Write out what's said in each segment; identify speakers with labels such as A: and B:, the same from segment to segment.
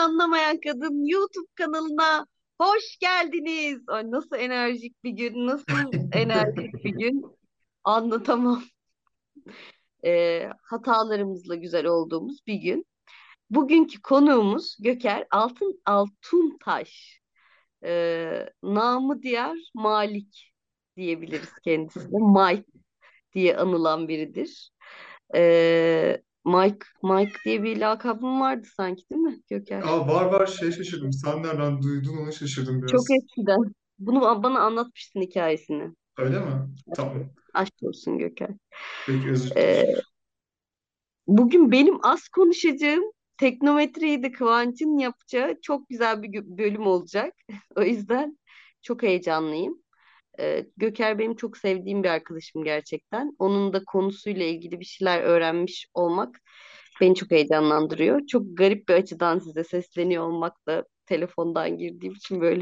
A: Anlamayan Kadın YouTube kanalına hoş geldiniz. Ay, nasıl enerjik bir gün, nasıl enerjik bir gün anlatamam. Hatalarımızla güzel olduğumuz bir gün. Bugünkü konuğumuz Göker Altuntaş. Namı diğer Malik diyebiliriz kendisine. Mike diye anılan biridir. Mike diye bir lakabım vardı sanki, değil mi Göker?
B: Aa, var şey şaşırdım. Sen nereden duydun onu şaşırdım
A: Çok
B: biraz.
A: eskiden. Bunu bana anlatmıştın hikayesini.
B: Öyle mi? Tamam.
A: Aşk olsun Göker.
B: Peki özür
A: Ee,
B: dilerim.
A: Bugün benim az konuşacağım teknometreyi de Kıvanç'ın yapacağı çok güzel bir bölüm olacak. O yüzden çok heyecanlıyım. Göker benim çok sevdiğim bir arkadaşım gerçekten. Onun da konusuyla ilgili bir şeyler öğrenmiş olmak beni çok heyecanlandırıyor. Çok garip bir açıdan size sesleniyor olmak da telefondan girdiğim için böyle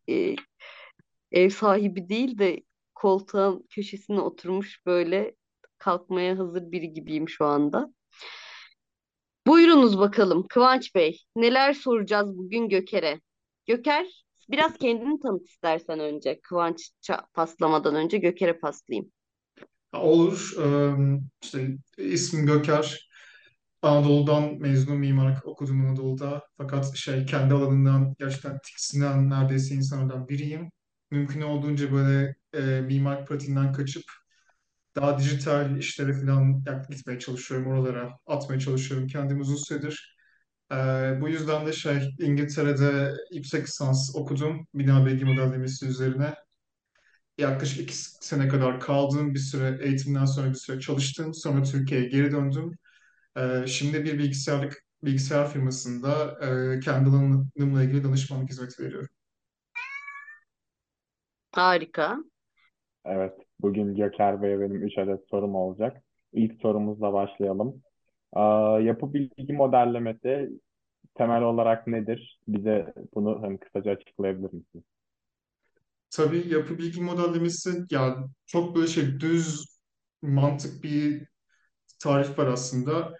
A: ev sahibi değil de koltuğun köşesine oturmuş böyle kalkmaya hazır biri gibiyim şu anda. Buyurunuz bakalım Kıvanç Bey. Neler soracağız bugün Göker'e? Göker, biraz kendini tanıt istersen önce. Kıvanç'a paslamadan önce Göker'e paslayayım.
B: Olur. İşte ismim Göker. Anadolu'dan mezunum, mimarlık okudum Anadolu'da. Fakat kendi alanından gerçekten tiksinen neredeyse insanlardan biriyim. Mümkün olduğunca böyle mimarlık pratiğinden kaçıp daha dijital işlere falan gitmeye çalışıyorum. Oralara atmaya çalışıyorum kendimi uzun süredir. Bu yüzden de İngiltere'de yüksek lisans okudum. Bina bilgi modellemesi üzerine. Yaklaşık 2 sene kadar kaldım. Bir süre eğitimden sonra bir süre çalıştım. Sonra Türkiye'ye geri döndüm. Şimdi bir bilgisayar firmasında kendi alanımla ilgili danışmanlık hizmeti veriyorum.
A: Harika.
C: Evet, bugün Göker Bey'e benim 3 adet sorum olacak. İlk sorumuzla başlayalım. Yapı bilgi modellemesi temel olarak nedir? Bize bunu kısaca açıklayabilir misiniz?
B: Tabii yapı bilgi modellemesi ya çok böyle düz mantık bir tarif var aslında.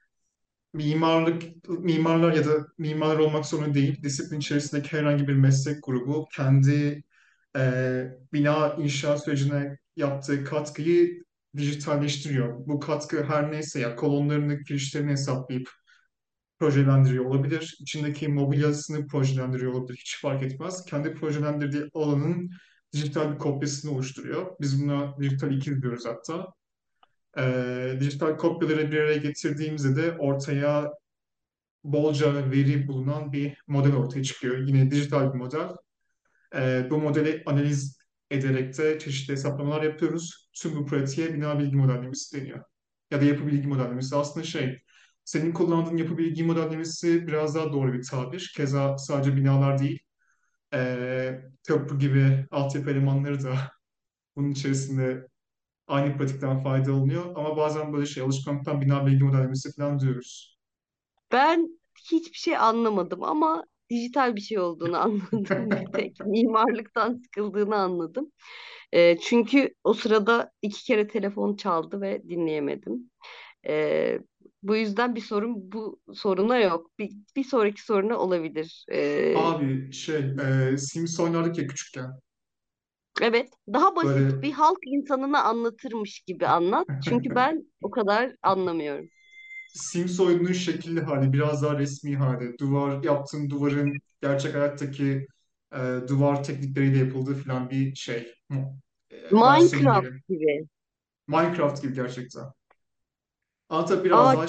B: Mimarlar ya da mimarlar olmak zorunda değil. Disiplin içerisindeki herhangi bir meslek grubu kendi bina inşa sürecine yaptığı katkıyı dijitalleştiriyor. Bu katkı her neyse ya kolonlarını, kirişlerini hesaplayıp projelendiriyor olabilir. İçindeki mobilyasını projelendiriyor olabilir. Hiç fark etmez. Kendi projelendirdiği alanın dijital bir kopyasını oluşturuyor. Biz buna dijital ikiz diyoruz hatta. Dijital kopyaları bir araya getirdiğimizde de ortaya bolca veri bulunan bir model ortaya çıkıyor. Yine dijital bir model. Bu modeli analiz ederek de çeşitli hesaplamalar yapıyoruz. Tüm bu pratiğe bina bilgi modellemesi deniyor. Ya da yapı bilgi modellemesi. Aslında senin kullandığın yapı bilgi modellemesi biraz daha doğru bir tabir. Keza sadece binalar değil, köprü gibi altyapı elemanları da bunun içerisinde aynı pratikten faydalanıyor. Ama bazen böyle alışkanlıktan bina bilgi modellemesi falan diyoruz.
A: Ben hiçbir şey anlamadım ama dijital bir şey olduğunu anladım bir tek. Mimarlıktan sıkıldığını anladım. Çünkü o sırada iki kere telefon çaldı ve dinleyemedim. Ee, Bu yüzden bir sorun bu soruna yok. Bir sonraki soruna olabilir.
B: Abi Sims oynardık ya küçükken.
A: Evet, daha basit
B: Böyle
A: bir halk insanına anlatırmış gibi anlat. Çünkü ben o kadar anlamıyorum.
B: Sims oyununun şekilli hali, biraz daha resmi hali. Yaptığın duvarın gerçek hayattaki duvar teknikleriyle yapıldığı falan bir versiyonu
A: Minecraft
B: diyelim.
A: gibi.
B: Minecraft gibi gerçekten. Ama tabii biraz
A: Aa,
B: daha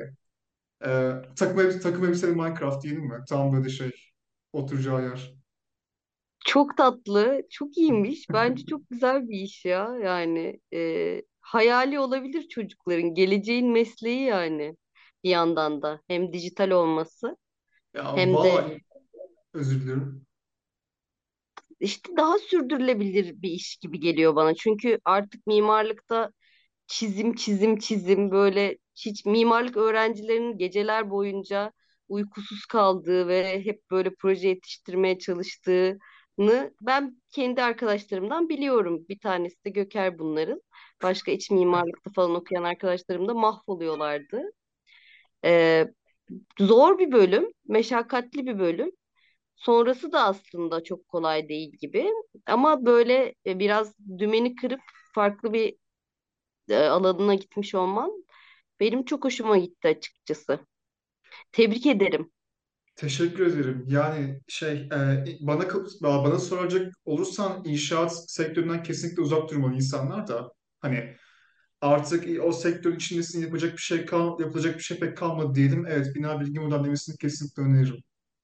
B: takım elbiseli Minecraft diyelim mi? Tam böyle oturacağı yer.
A: çok tatlı, çok iyiymiş. Bence çok güzel bir iş ya. Yani hayali olabilir çocukların. Geleceğin mesleği yani. Bir yandan da. Hem dijital olması
B: Ya
A: hem de
B: vallahi özür dilerim.
A: işte daha sürdürülebilir bir iş gibi geliyor bana. Çünkü artık mimarlıkta çizim böyle hiç mimarlık öğrencilerinin geceler boyunca uykusuz kaldığı ve hep böyle proje yetiştirmeye çalıştığını ben kendi arkadaşlarımdan biliyorum. Bir tanesi de Göker bunların. Başka iç mimarlıkta falan okuyan arkadaşlarım da mahvoluyorlardı. Zor bir bölüm, meşakkatli bir bölüm. Sonrası da aslında çok kolay değil gibi. Ama böyle biraz dümeni kırıp farklı bir alanına gitmiş olman benim çok hoşuma gitti açıkçası. Tebrik ederim.
B: Teşekkür ederim. Yani bana soracak olursan inşaat sektöründen kesinlikle uzak durmalı insanlar da hani artık o sektörün içindesin yapılacak bir şey pek kalmadı diyelim. Evet, bina bilgi modellemesini kesinlikle öneririm.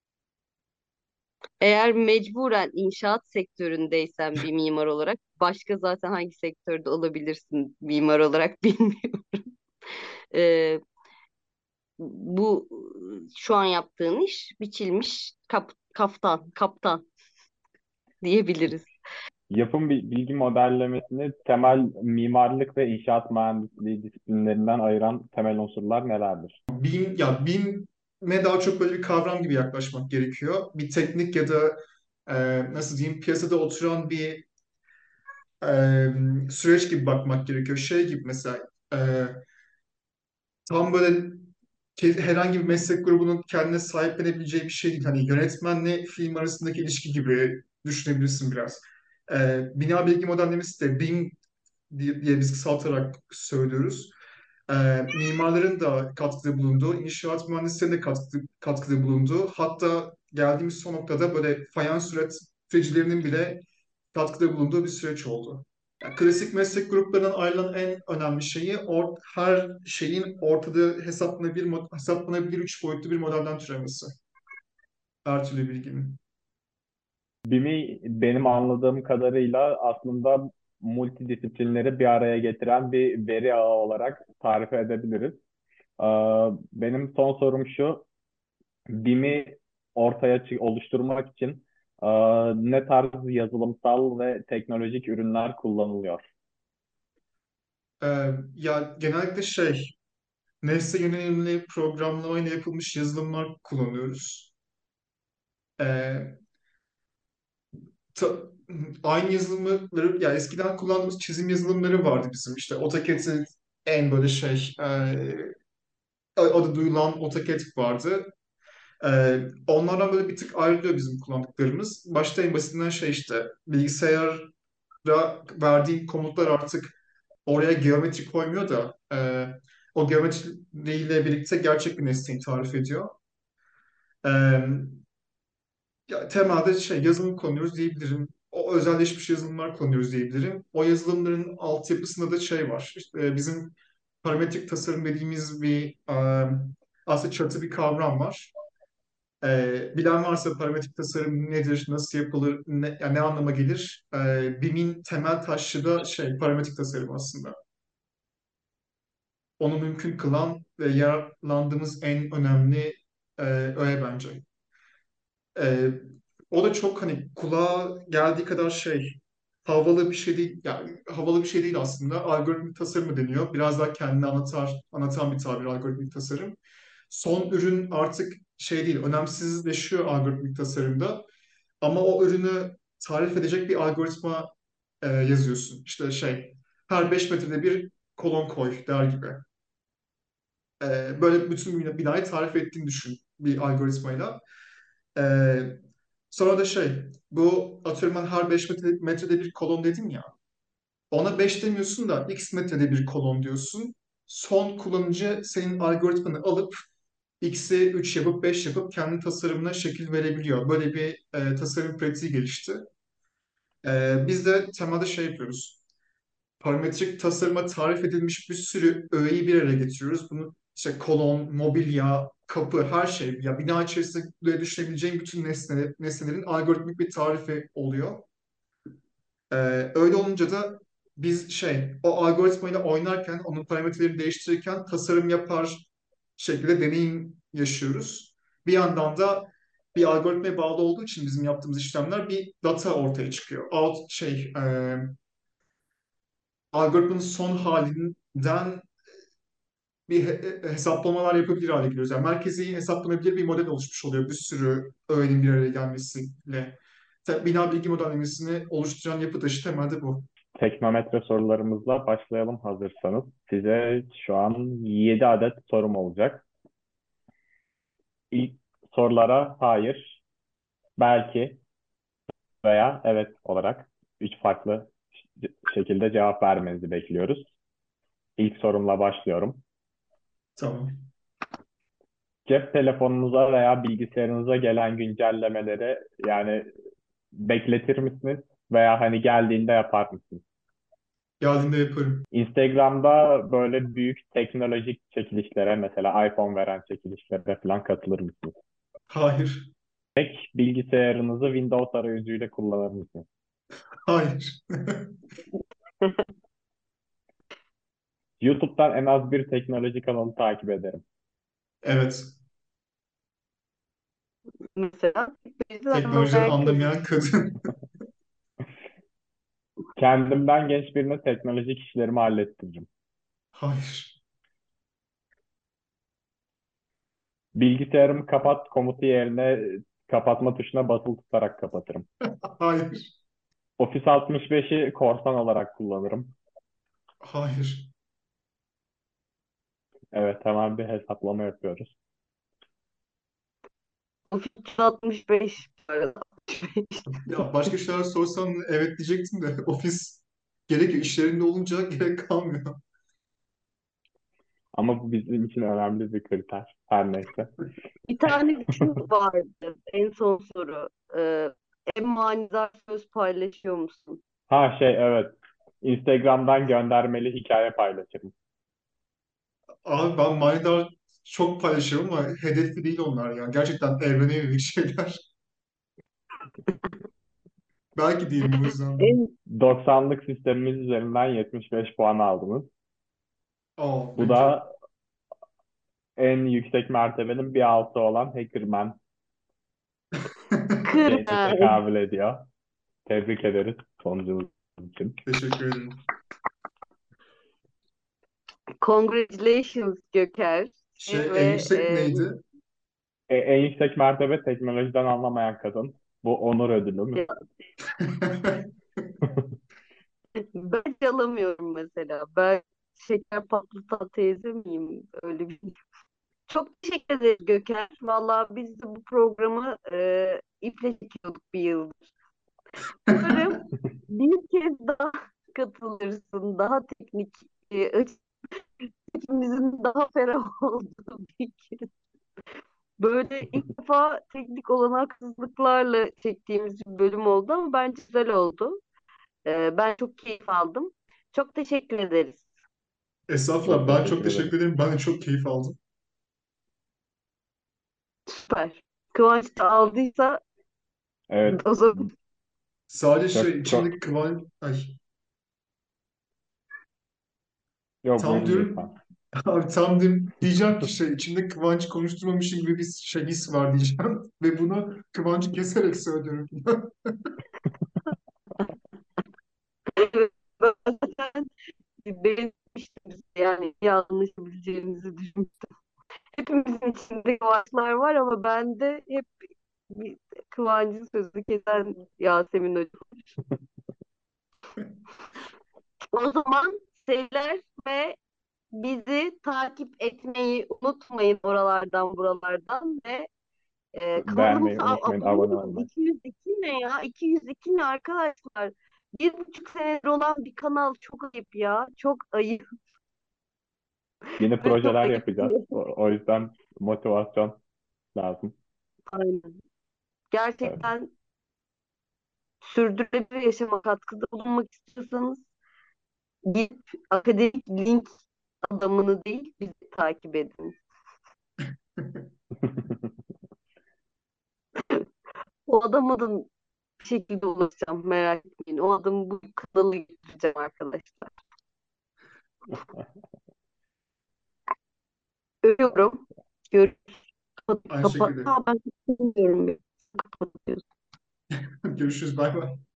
A: Eğer mecburen inşaat sektöründeysen bir mimar olarak başka zaten hangi sektörde olabilirsin mimar olarak bilmiyorum. Ee, bu şu an yaptığın iş biçilmiş kaptan diyebiliriz.
C: Bilgi modellemesini temel mimarlık ve inşaat mühendisliği disiplinlerinden ayıran temel unsurlar nelerdir?
B: BİM'e daha çok böyle bir kavram gibi yaklaşmak gerekiyor. Bir teknik ya da nasıl diyeyim piyasada oturan bir süreç gibi bakmak gerekiyor. Şey gibi mesela e, tam böyle herhangi bir meslek grubunun kendine sahiplenebileceği bir şey değil. Hani yönetmenle film arasındaki ilişki gibi düşünebilirsin biraz. Bina bilgi modellemesi de BIM diye biz kısaltarak söylüyoruz. Mimarların da katkıda bulunduğu, inşaat mühendislerinin de katkıda bulunduğu, hatta geldiğimiz son noktada böyle fayans üreticilerinin bile katkıda bulunduğu bir süreç oldu. Yani klasik meslek gruplarından ayrılan en önemli şeyi her şeyin ortada hesaplanabilir üç boyutlu bir modelden türemesi. Her türlü bilginin.
C: BİM'i benim anladığım kadarıyla aslında multidisiplinleri bir araya getiren bir veri ağı olarak tarif edebiliriz. Ee, Benim son sorum şu, BİM'i oluşturmak için e, ne tarz yazılımsal ve teknolojik ürünler kullanılıyor?
B: Ya genellikle nesne yönelimli programlamayla yapılmış yazılımlar kullanıyoruz. Ee, ta- Aynı yazılımları, ya eskiden kullandığımız çizim yazılımları vardı bizim. İşte AutoCAD'in en böyle adı duyulan AutoCAD vardı. Onlardan böyle bir tık ayrılıyor bizim kullandıklarımız. Başta en basitinden bilgisayara verdiğin komutlar artık oraya geometri koymuyor da o geometriyle birlikte gerçek bir nesneyi tarif ediyor. E, Ya, temelde yazılım kullanıyoruz diyebilirim. O özelleşmiş yazılımlar kullanıyoruz diyebilirim. O yazılımların altyapısında da var. İşte, bizim parametrik tasarım dediğimiz aslında çatı bir kavram var. Bilen varsa parametrik tasarım nedir, nasıl yapılır, yani ne anlama gelir? BİM'in temel taşı da parametrik tasarım aslında. Onu mümkün kılan ve yararlandığımız en önemli öğe bence. Ee, O da çok hani kulağa geldiği kadar havalı bir şey değil. Yani havalı bir şey değil aslında. Algoritmik tasarım mı deniyor? Biraz daha kendini anlatan bir tabir algoritmik tasarım. Son ürün artık değil, önemsizleşiyor algoritmik tasarımda. Ama o ürünü tarif edecek bir algoritma yazıyorsun. İşte her 5 metrede bir kolon koy der gibi. Böyle bütün binayı tarif ettiğini düşün bir algoritmayla. Ee, Sonra da bu atıyorum ben her 5 metrede bir kolon dedim ya. Ona 5 demiyorsun da x metrede bir kolon diyorsun. Son kullanıcı senin algoritmanı alıp x'i 3 yapıp 5 yapıp kendi tasarımına şekil verebiliyor. Böyle bir tasarım pratiği gelişti. Biz de temelde yapıyoruz. Parametrik tasarıma tarif edilmiş bir sürü öğeyi bir araya getiriyoruz. Bunu kolon, mobilya, kapı, her şey. Ya bina içerisinde düşünebileceğin bütün nesnelerin algoritmik bir tarifi oluyor. Ee, Öyle olunca da biz o algoritmayla oynarken, onun parametreleri değiştirirken tasarım yapar şekilde deneyim yaşıyoruz. Bir yandan da bir algoritmaya bağlı olduğu için bizim yaptığımız işlemler bir data ortaya çıkıyor. Algoritmanın son halinden hesaplamalar yapabilir hale geliyoruz. Yani merkezi hesaplanabilir bir model oluşmuş oluyor bir sürü öğenin bir araya gelmesiyle. Bina bilgi modellemesini oluşturan yapı taşı temelde bu.
C: Teknometre sorularımızla başlayalım hazırsanız. Size şu an 7 adet sorum olacak. İlk sorulara hayır, belki veya evet olarak üç farklı şekilde cevap vermenizi bekliyoruz. İlk sorumla başlıyorum.
B: Tamam.
C: Cep telefonunuza veya bilgisayarınıza gelen güncellemeleri yani bekletir misiniz veya hani geldiğinde yapar mısınız?
B: Geldiğinde yaparım.
C: Instagram'da böyle büyük teknolojik çekilişlere mesela iPhone veren çekilişlere falan katılır mısınız?
B: Hayır.
C: Bilgisayarınızı Windows arayüzüyle kullanır mısınız?
B: Hayır.
C: YouTube'dan en az bir teknoloji kanalı takip ederim.
B: Evet.
A: Mesela bizi
B: Teknolojiden
A: anlamayan kadın.
B: anlamayan kadın.
C: Kendimden genç birine teknolojik işlerimi hallettiririm.
B: Hayır.
C: Bilgisayarımı kapat komutu yerine kapatma tuşuna basılı tutarak kapatırım.
B: Hayır.
C: Office 65'i korsan olarak kullanırım.
B: Hayır.
C: Evet, hemen bir hesaplama yapıyoruz.
A: Ofis 65 bu arada.
B: Ya başka şeyler sorsan evet diyecektim de ofis gerekiyor. İşlerinde olunca gerek kalmıyor.
C: Ama bu bizim için önemli bir kriter. Her neyse.
A: Bir tane şu vardı. En son soru. En manidar söz paylaşıyor musun?
C: Ha şey evet. Instagram'dan göndermeli hikaye paylaşırım.
B: Abi ben manidar çok paylaşıyorum ama hedefli değil onlar ya. Gerçekten evrene yönelik şeyler. Belki değilim o yüzden de.
A: En
C: 90'lık sistemimiz üzerinden 75 puan aldınız.
B: Aa
C: Bu
B: peki.
C: da en yüksek mertebenin bir altı olan Hackerman
A: kır.
C: şeyine tekabül ediyor. Tebrik ederiz sonucunuz için.
B: Teşekkür ederim.
A: Congratulations Göker.
B: En
A: Ve
B: yüksek neydi?
C: En yüksek mertebe teknolojiden anlamayan kadın. Bu onur ödülümüz.
A: ben çalamıyorum mesela. Ben şeker patlatan teyze miyim? Öyle bir şey. Çok teşekkür ederiz Göker. Vallahi biz de bu programı iple çekiyorduk bir yıldır. Umarım bir kez daha katılırsın. Daha teknik, içimizin daha ferah olduğu bir kez. Böyle ilk defa teknik olanaksızlıklarla çektiğimiz bir bölüm oldu ama bence güzel oldu. Ben çok keyif aldım. Çok teşekkür ederiz.
C: Çok
B: Estağfurullah. Ben çok
C: teşekkür ederim.
B: teşekkür ederim. Ben de çok keyif aldım.
A: Süper. Kıvanç da aldıysa
C: Evet.
A: o zaman
B: Sadece
C: Çok,
B: içimdeki
C: çok...
B: kıvanç... Ay,
C: Yok
B: tam
C: buyurun
B: diyorum.
C: lütfen.
B: Abi diyeceğim ki içimde Kıvanç'ı konuşturmamışım gibi bir şey his var diyeceğim. Ve bunu Kıvanç'ı keserek söylüyorum.
A: ben zaten beğenmiştim. Yani iyi anlaşabileceğimizi düşünmüştüm. Hepimizin içinde Kıvançlar var ama bende hep bir Kıvanç'ın sözü kesen Yasemin Hoca. O zaman sevgiler ve bizi takip etmeyi unutmayın oralardan buralardan ve
C: Beğenmeyi
A: kanalımıza
C: unutmayın,
A: abone
C: abone
A: olun.
C: olmayı.
A: 202 ne ya? 202 ne arkadaşlar? 1,5 senedir olan bir kanal çok ayıp ya. Çok ayıp
C: Yeni
A: ve çok
C: projeler
B: Evet.
A: ayıp.
C: yapacağız. O yüzden motivasyon lazım.
A: Aynen.
C: Evet.
A: Gerçekten sürdürülebilir yaşama katkıda bulunmak istiyorsanız gidip akademik link adamını değil bizi takip edin. O adama da bir şekilde ulaşacağım merak etmeyin. O adamı bu kanalı getireceğim arkadaşlar. Ölüyorum. Görüşürüz.
B: Aynı
A: Kapat.
B: şekilde.
A: Ben bilmiyorum. Kapatıyoruz.
B: Görüşürüz. Bay bay.